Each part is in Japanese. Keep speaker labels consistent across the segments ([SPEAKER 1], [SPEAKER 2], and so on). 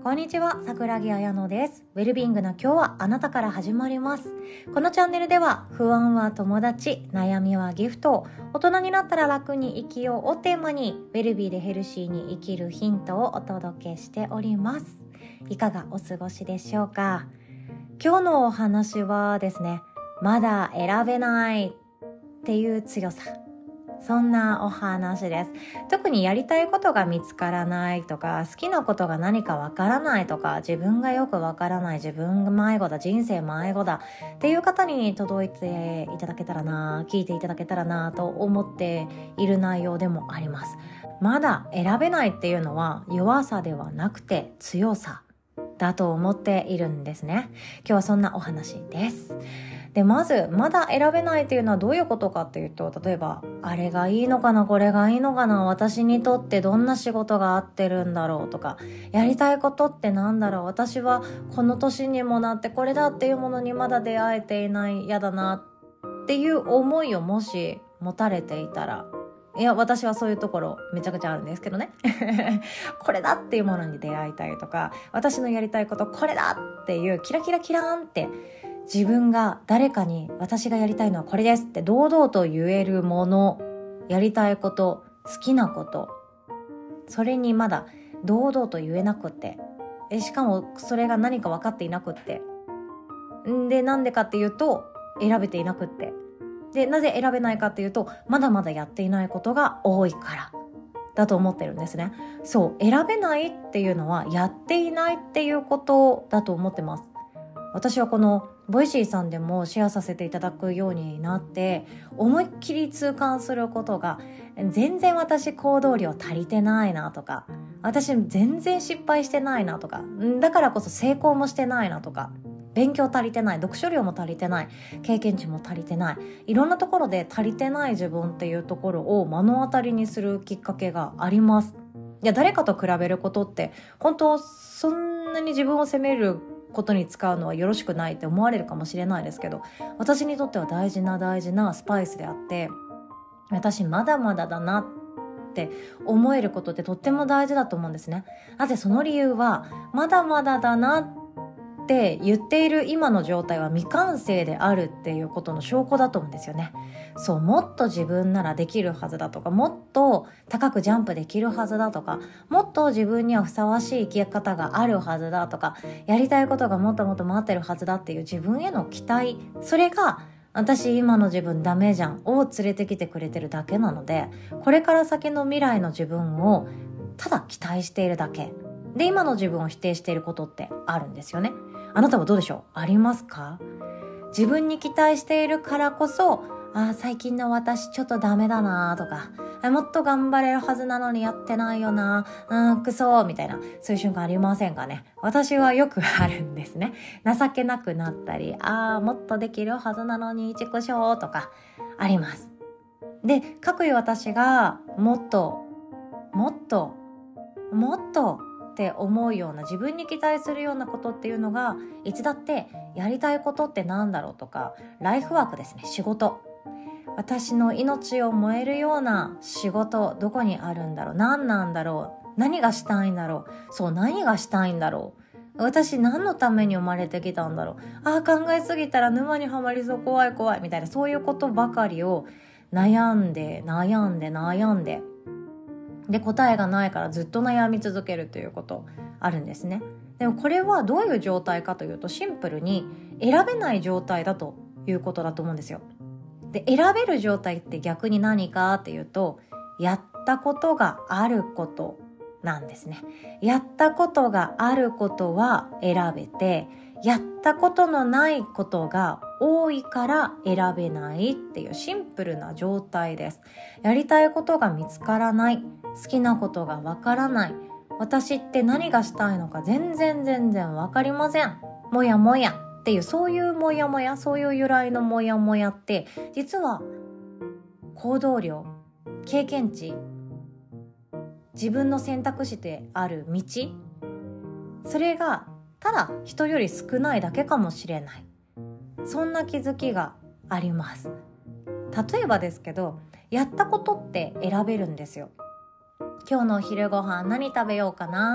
[SPEAKER 1] こんにちは、桜木彩乃です。ウェルビーイングな今日はあなたから始まります。このチャンネルでは不安は友達、悩みはギフト、大人になったら楽に生きようをテーマにウェルビーでヘルシーに生きるヒントをお届けしております。いかがお過ごしでしょうか。今日のお話はですね、まだ選べないっていう強さ、そんなお話です。特にやりたいことが見つからないとか、好きなことが何かわからないとか、自分がよくわからない、自分が迷子だ、人生迷子だっていう方に届いていただけたらな、聞いていただけたらなと思っている内容でもあります。まだ選べないっていうのは弱さではなくて強さだと思っているんですね。今日はそんなお話です。で、まず、まだ選べないっていうのはどういうことかっていうと、例えば、あれがいいのかな、これがいいのかな、私にとってどんな仕事が合ってるんだろうとか、やりたいことってなんだろう、私はこの年にもなってこれだっていうものにまだ出会えていない、嫌だなっていう思いをもし持たれていたら、いや、私はそういうところめちゃくちゃあるんですけどね。これだっていうものに出会いたいとか、私のやりたいことこれだっていうキラキラキラーンって自分が誰かに私がやりたいのはこれですって堂々と言えるもの、やりたいこと、好きなこと、それにまだ堂々と言えなくって、しかもそれが何か分かっていなくって、で、なんでかっていうと選べていなくって、で、なぜ選べないかっていうと、まだまだやっていないことが多いからだと思ってるんですね。そう、選べないっていうのはやっていないっていうことだと思ってます。私はこのボイシーさんでもシェアさせていただくようになって、思いっきり痛感することが、全然私行動量足りてないなとか、私全然失敗してないなとか、だからこそ成功もしてないなとか、勉強足りてない、読書量も足りてない、経験値も足りてない、いろんなところで足りてない自分っていうところを目の当たりにするきっかけがあります。いや、誰かと比べることって本当そんなに自分を責めることに使うのはよろしくないって思われるかもしれないですけど、私にとっては大事なスパイスであって、私まだまだだなって思えることってとっても大事だと思うんですね。なぜその理由は、まだまだだなって言っている今の状態は未完成であるっていうことの証拠だと思うんですよね。そう、もっと自分ならできるはずだとか、もっと高くジャンプできるはずだとか、もっと自分にはふさわしい生き方があるはずだとか、やりたいことがもっともっと待ってるはずだっていう自分への期待、それが私今の自分ダメじゃんを連れてきてくれてるだけなので、これから先の未来の自分をただ期待しているだけで、今の自分を否定していることってあるんですよね。あなたはどうでしょう？ありますか？自分に期待しているからこそ、最近の私ちょっとダメだなとか、もっと頑張れるはずなのにやってないよな、クソみたいな、そういう瞬間ありませんかね。私はよくあるんですね。情けなくなったり、もっとできるはずなのにちくしょうとかあります。で、かくいう私がもっとって思うような、自分に期待するようなことっていうのが、いつだってやりたいことってなんだろうとか、ライフワークですね、仕事、私の命を燃えるような仕事、どこにあるんだろう、何なんだろう、何がしたいんだろう、そう、何がしたいんだろう、私何のために生まれてきたんだろう、考えすぎたら沼にはまりそう、怖いみたいな、そういうことばかりを悩んでで、答えがないからずっと悩み続けるということあるんですね。でもこれはどういう状態かというと、シンプルに選べない状態だということだと思うんですよ。で、選べる状態って逆に何かっていうと、やったことがあることなんですね。やったことがあることは選べて、やったことのないことが多いから選べないっていうシンプルな状態です。やりたいことが見つからない、好きなことがわからない、私って何がしたいのか全然わかりません、もやもやっていう、そういうもやもや、そういう由来のもやもやって、実は行動量、経験値、自分の選択肢である道、それがただ人より少ないだけかもしれない、そんな気づきがあります。例えばですけど、やったことって選べるんですよ。今日のお昼ご飯何食べようかなっ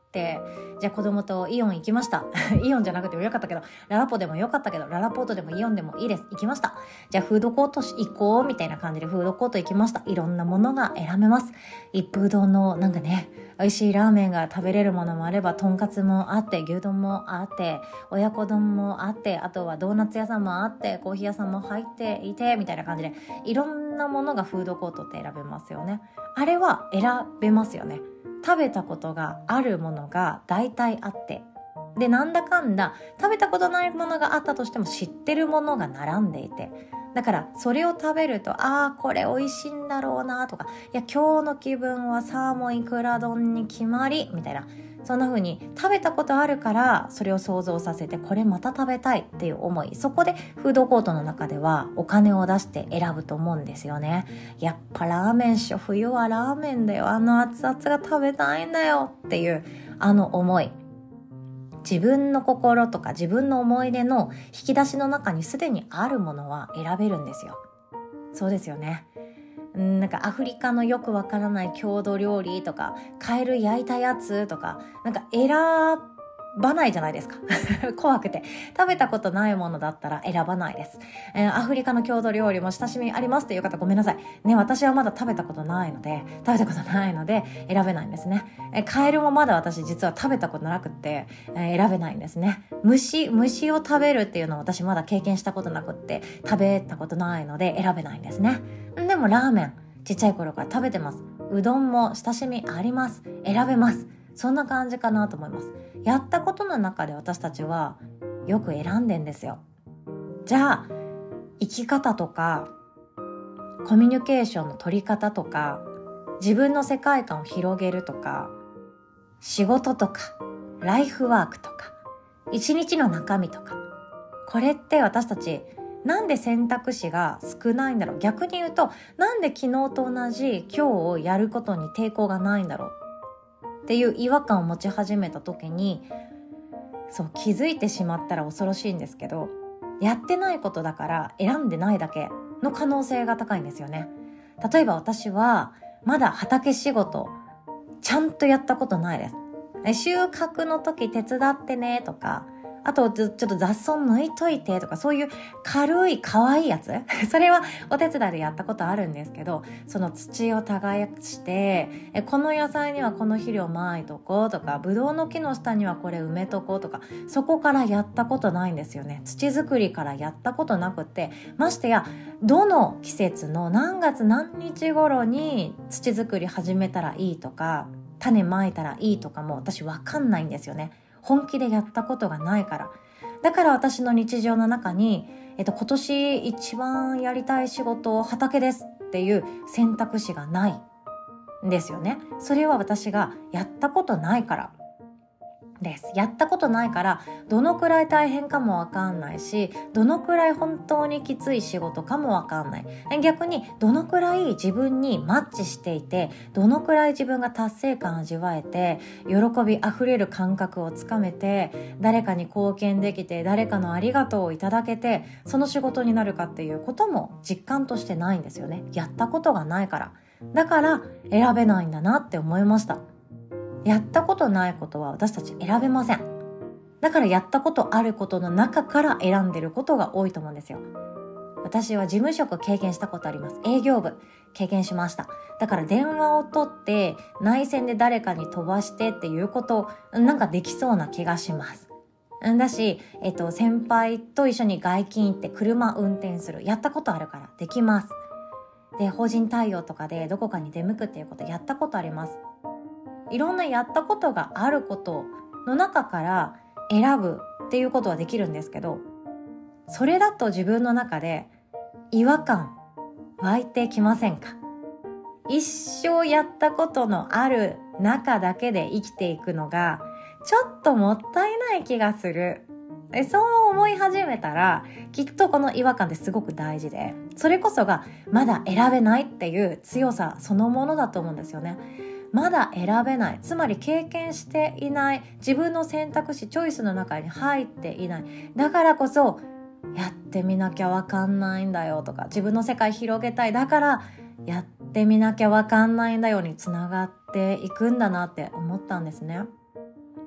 [SPEAKER 1] て、じゃあ子供とイオン行きましたイオンじゃなくてもよかったけど、ララポでもよかったけど、ララポートでもイオンでもいいです。行きました。じゃあフードコート行こうみたいな感じでフードコート行きました。いろんなものが選べます。一風堂のなんかね、美味しいラーメンが食べれるものもあれば、とんかつもあって、牛丼もあって、親子丼もあって、あとはドーナツ屋さんもあって、コーヒー屋さんも入っていてみたいな感じで、いろんなものがフードコートって選べますよね。あれは選べますよね。食べたことがあるものが大体あって、でなんだかんだ食べたことないものがあったとしても知ってるものが並んでいて、だからそれを食べると、これ美味しいんだろうなとか、いや今日の気分はサーモンイクラ丼に決まりみたいな、そんな風に食べたことあるからそれを想像させて、これまた食べたいっていう思い、そこでフードコートの中ではお金を出して選ぶと思うんですよね。やっぱラーメンっしょ、冬はラーメンだよ、熱々が食べたいんだよっていう思い、自分の心とか自分の思い出の引き出しの中にすでにあるものは選べるんですよ。そうですよね。なんかアフリカのよくわからない郷土料理とか、カエル焼いたやつとか、なんか選ばないじゃないですか怖くて食べたことないものだったら選ばないです。アフリカの郷土料理も親しみありますっていう方ごめんなさいね。私はまだ食べたことないので選べないんですね。カエルもまだ私実は食べたことなくって、選べないんですね。虫を食べるっていうのを私まだ経験したことなくって食べたことないので選べないんですね。でもラーメンちっちゃい頃から食べてます。うどんも親しみあります。選べます。そんな感じかなと思います。やったことの中で私たちはよく選んでんですよ。じゃあ生き方とかコミュニケーションの取り方とか、自分の世界観を広げるとか、仕事とかライフワークとか一日の中身とか、これって私たちなんで選択肢が少ないんだろう。逆に言うと、なんで昨日と同じ今日をやることに抵抗がないんだろうっていう違和感を持ち始めた時に、そう気づいてしまったら恐ろしいんですけど、やってないことだから選んでないだけの可能性が高いんですよね。例えば私はまだ畑仕事ちゃんとやったことないです。収穫の時手伝ってねとか、あとちょっと雑草抜いといてとか、そういう軽い可愛いやつそれはお手伝いでやったことあるんですけど、その土を耕してこの野菜にはこの肥料まいとこうとか、ブドウの木の下にはこれ埋めとこうとか、そこからやったことないんですよね。土作りからやったことなくて、ましてやどの季節の何月何日頃に土作り始めたらいいとか、種まいたらいいとかも私わかんないんですよね。本気でやったことがないから。だから私の日常の中に、今年一番やりたい仕事畑ですっていう選択肢がないんですよね。それは私がやったことないからです。やったことないから、どのくらい大変かもわかんないし、どのくらい本当にきつい仕事かもわかんない。逆にどのくらい自分にマッチしていて、どのくらい自分が達成感味わえて、喜びあふれる感覚をつかめて、誰かに貢献できて、誰かのありがとうをいただけて、その仕事になるかっていうことも実感としてないんですよね。やったことがないから。だから選べないんだなって思いました。やったことないことは私たち選べません。だからやったことあることの中から選んでることが多いと思うんですよ。私は事務職経験したことあります。営業部経験しました。だから電話を取って内線で誰かに飛ばしてっていうことなんかできそうな気がします。だし、先輩と一緒に外勤行って車運転する、やったことあるからできます。で、法人対応とかでどこかに出向くっていうことやったことあります。いろんなやったことがあることの中から選ぶっていうことはできるんですけど、それだと自分の中で違和感湧いてきませんか？一生やったことのある中だけで生きていくのがちょっともったいない気がする。そう思い始めたら、きっとこの違和感ってすごく大事で、それこそがまだ選べないっていう強さそのものだと思うんですよね。まだ選べない、つまり経験していない、自分の選択肢チョイスの中に入っていない、だからこそやってみなきゃわかんないんだよとか、自分の世界広げたい、だからやってみなきゃわかんないんだよにつながっていくんだなって思ったんですね。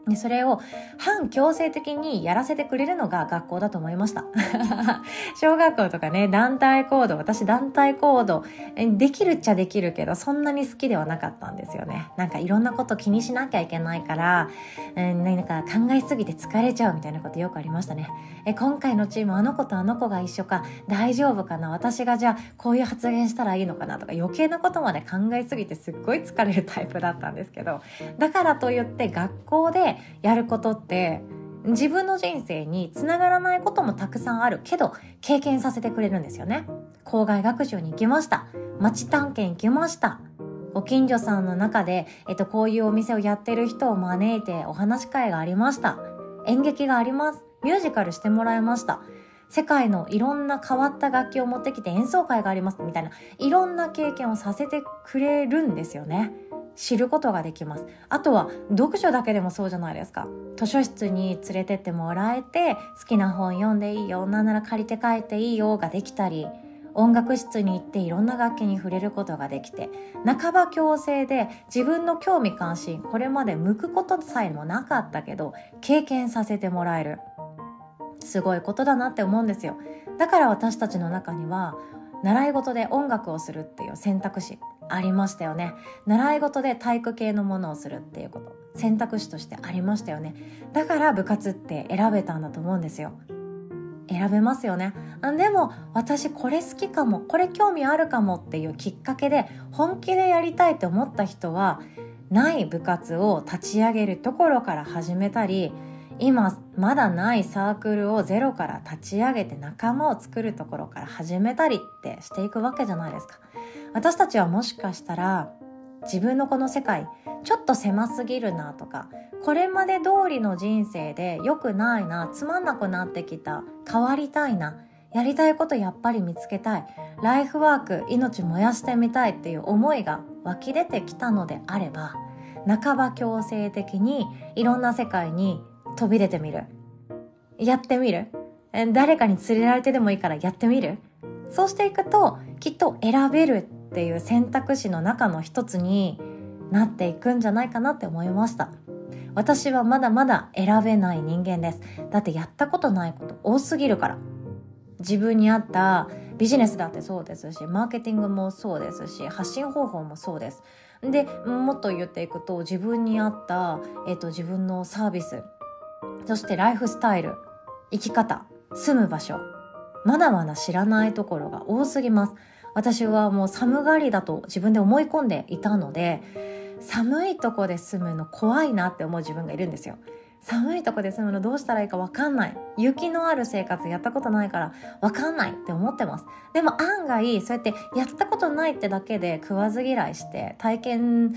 [SPEAKER 1] でそれを反強制的にやらせてくれるのが学校だと思いました小学校とかね、私団体行動できるっちゃできるけど、そんなに好きではなかったんですよね。なんかいろんなこと気にしなきゃいけないから、なんか考えすぎて疲れちゃうみたいなことよくありましたね。今回のチームあの子とあの子が一緒か、大丈夫かな、私がじゃあこういう発言したらいいのかなとか、余計なことまで考えすぎてすっごい疲れるタイプだったんですけど、だからといって学校でやることって自分の人生につながらないこともたくさんあるけど、経験させてくれるんですよね。校外学習に行きました。町探検行きました。ご近所さんの中で、こういうお店をやってる人を招いてお話し会がありました。演劇があります。ミュージカルしてもらいました。世界のいろんな変わった楽器を持ってきて演奏会がありますみたいな、いろんな経験をさせてくれるんですよね。知ることができます。あとは読書だけでもそうじゃないですか。図書室に連れてってもらえて、好きな本読んでいいよ、なんなら借りて帰っていいよができたり、音楽室に行っていろんな楽器に触れることができて、半ば強制で自分の興味関心、これまで向くことさえもなかったけど経験させてもらえる、すごいことだなって思うんですよ。だから私たちの中には習い事で音楽をするっていう選択肢ありましたよね。習い事で体育系のものをするっていうこと、選択肢としてありましたよね。だから部活って選べたんだと思うんですよ。選べますよね。でも私これ好きかも、これ興味あるかもっていうきっかけで本気でやりたいと思った人は、ない部活を立ち上げるところから始めたり、今まだないサークルをゼロから立ち上げて仲間を作るところから始めたりってしていくわけじゃないですか。私たちはもしかしたら自分のこの世界ちょっと狭すぎるなとか、これまで通りの人生で良くないな、つまんなくなってきた、変わりたいな、やりたいことやっぱり見つけたい、ライフワーク、命燃やしてみたいっていう思いが湧き出てきたのであれば、半ば強制的にいろんな世界に飛び出てみる、やってみる、誰かに連れられてでもいいからやってみる。そうしていくときっと選べるっていう選択肢の中の一つになっていくんじゃないかなって思いました。私はまだまだ選べない人間です。だってやったことないこと多すぎるから。自分に合ったビジネスだってそうですし、マーケティングもそうですし、発信方法もそうです。でもっと言っていくと、自分に合った、自分のサービス、そしてライフスタイル、生き方、住む場所、まだまだ知らないところが多すぎます。私はもう寒がりだと自分で思い込んでいたので、寒いとこで住むの怖いなって思う自分がいるんですよ。寒いとこで住むのどうしたらいいか分かんない、雪のある生活やったことないから分かんないって思ってます。でも案外そうやってやったことないってだけで食わず嫌いして体験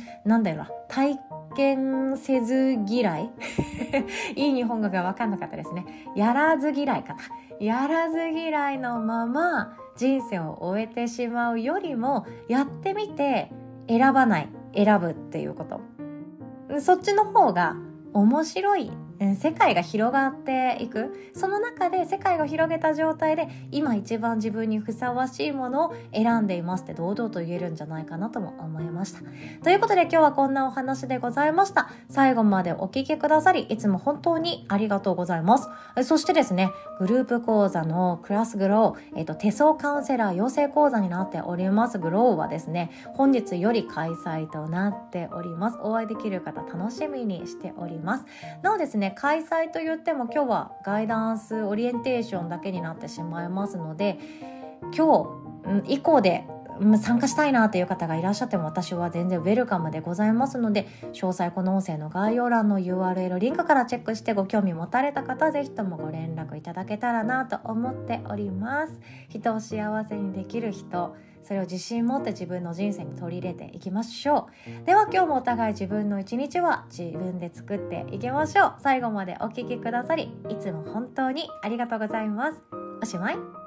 [SPEAKER 1] せず嫌いいい日本語が分かんなかったですね。やらず嫌いかな。やらず嫌いのまま人生を終えてしまうよりも、やってみて選ばない、選ぶっていうこと、そっちの方が面白い。世界が広がっていく。その中で世界を広げた状態で今一番自分にふさわしいものを選んでいますって堂々と言えるんじゃないかなとも思いました。ということで今日はこんなお話でございました。最後までお聞きくださりいつも本当にありがとうございます。そしてですね、グループ講座のクラスグロー、手相カウンセラー養成講座になっておりますグローはですね、本日より開催となっております。お会いできる方楽しみにしております。なおですね、開催と言っても今日はガイダンスオリエンテーションだけになってしまいますので、今日以降で参加したいなという方がいらっしゃっても私は全然ウェルカムでございますので、詳細この音声の概要欄の URL リンクからチェックしてご興味持たれた方はぜひともご連絡いただけたらなと思っております。人を幸せにできる人、それを自信持って自分の人生に取り入れていきましょう。では今日もお互い自分の一日は自分で作っていきましょう。最後までお聞きくださりいつも本当にありがとうございます。おしまい。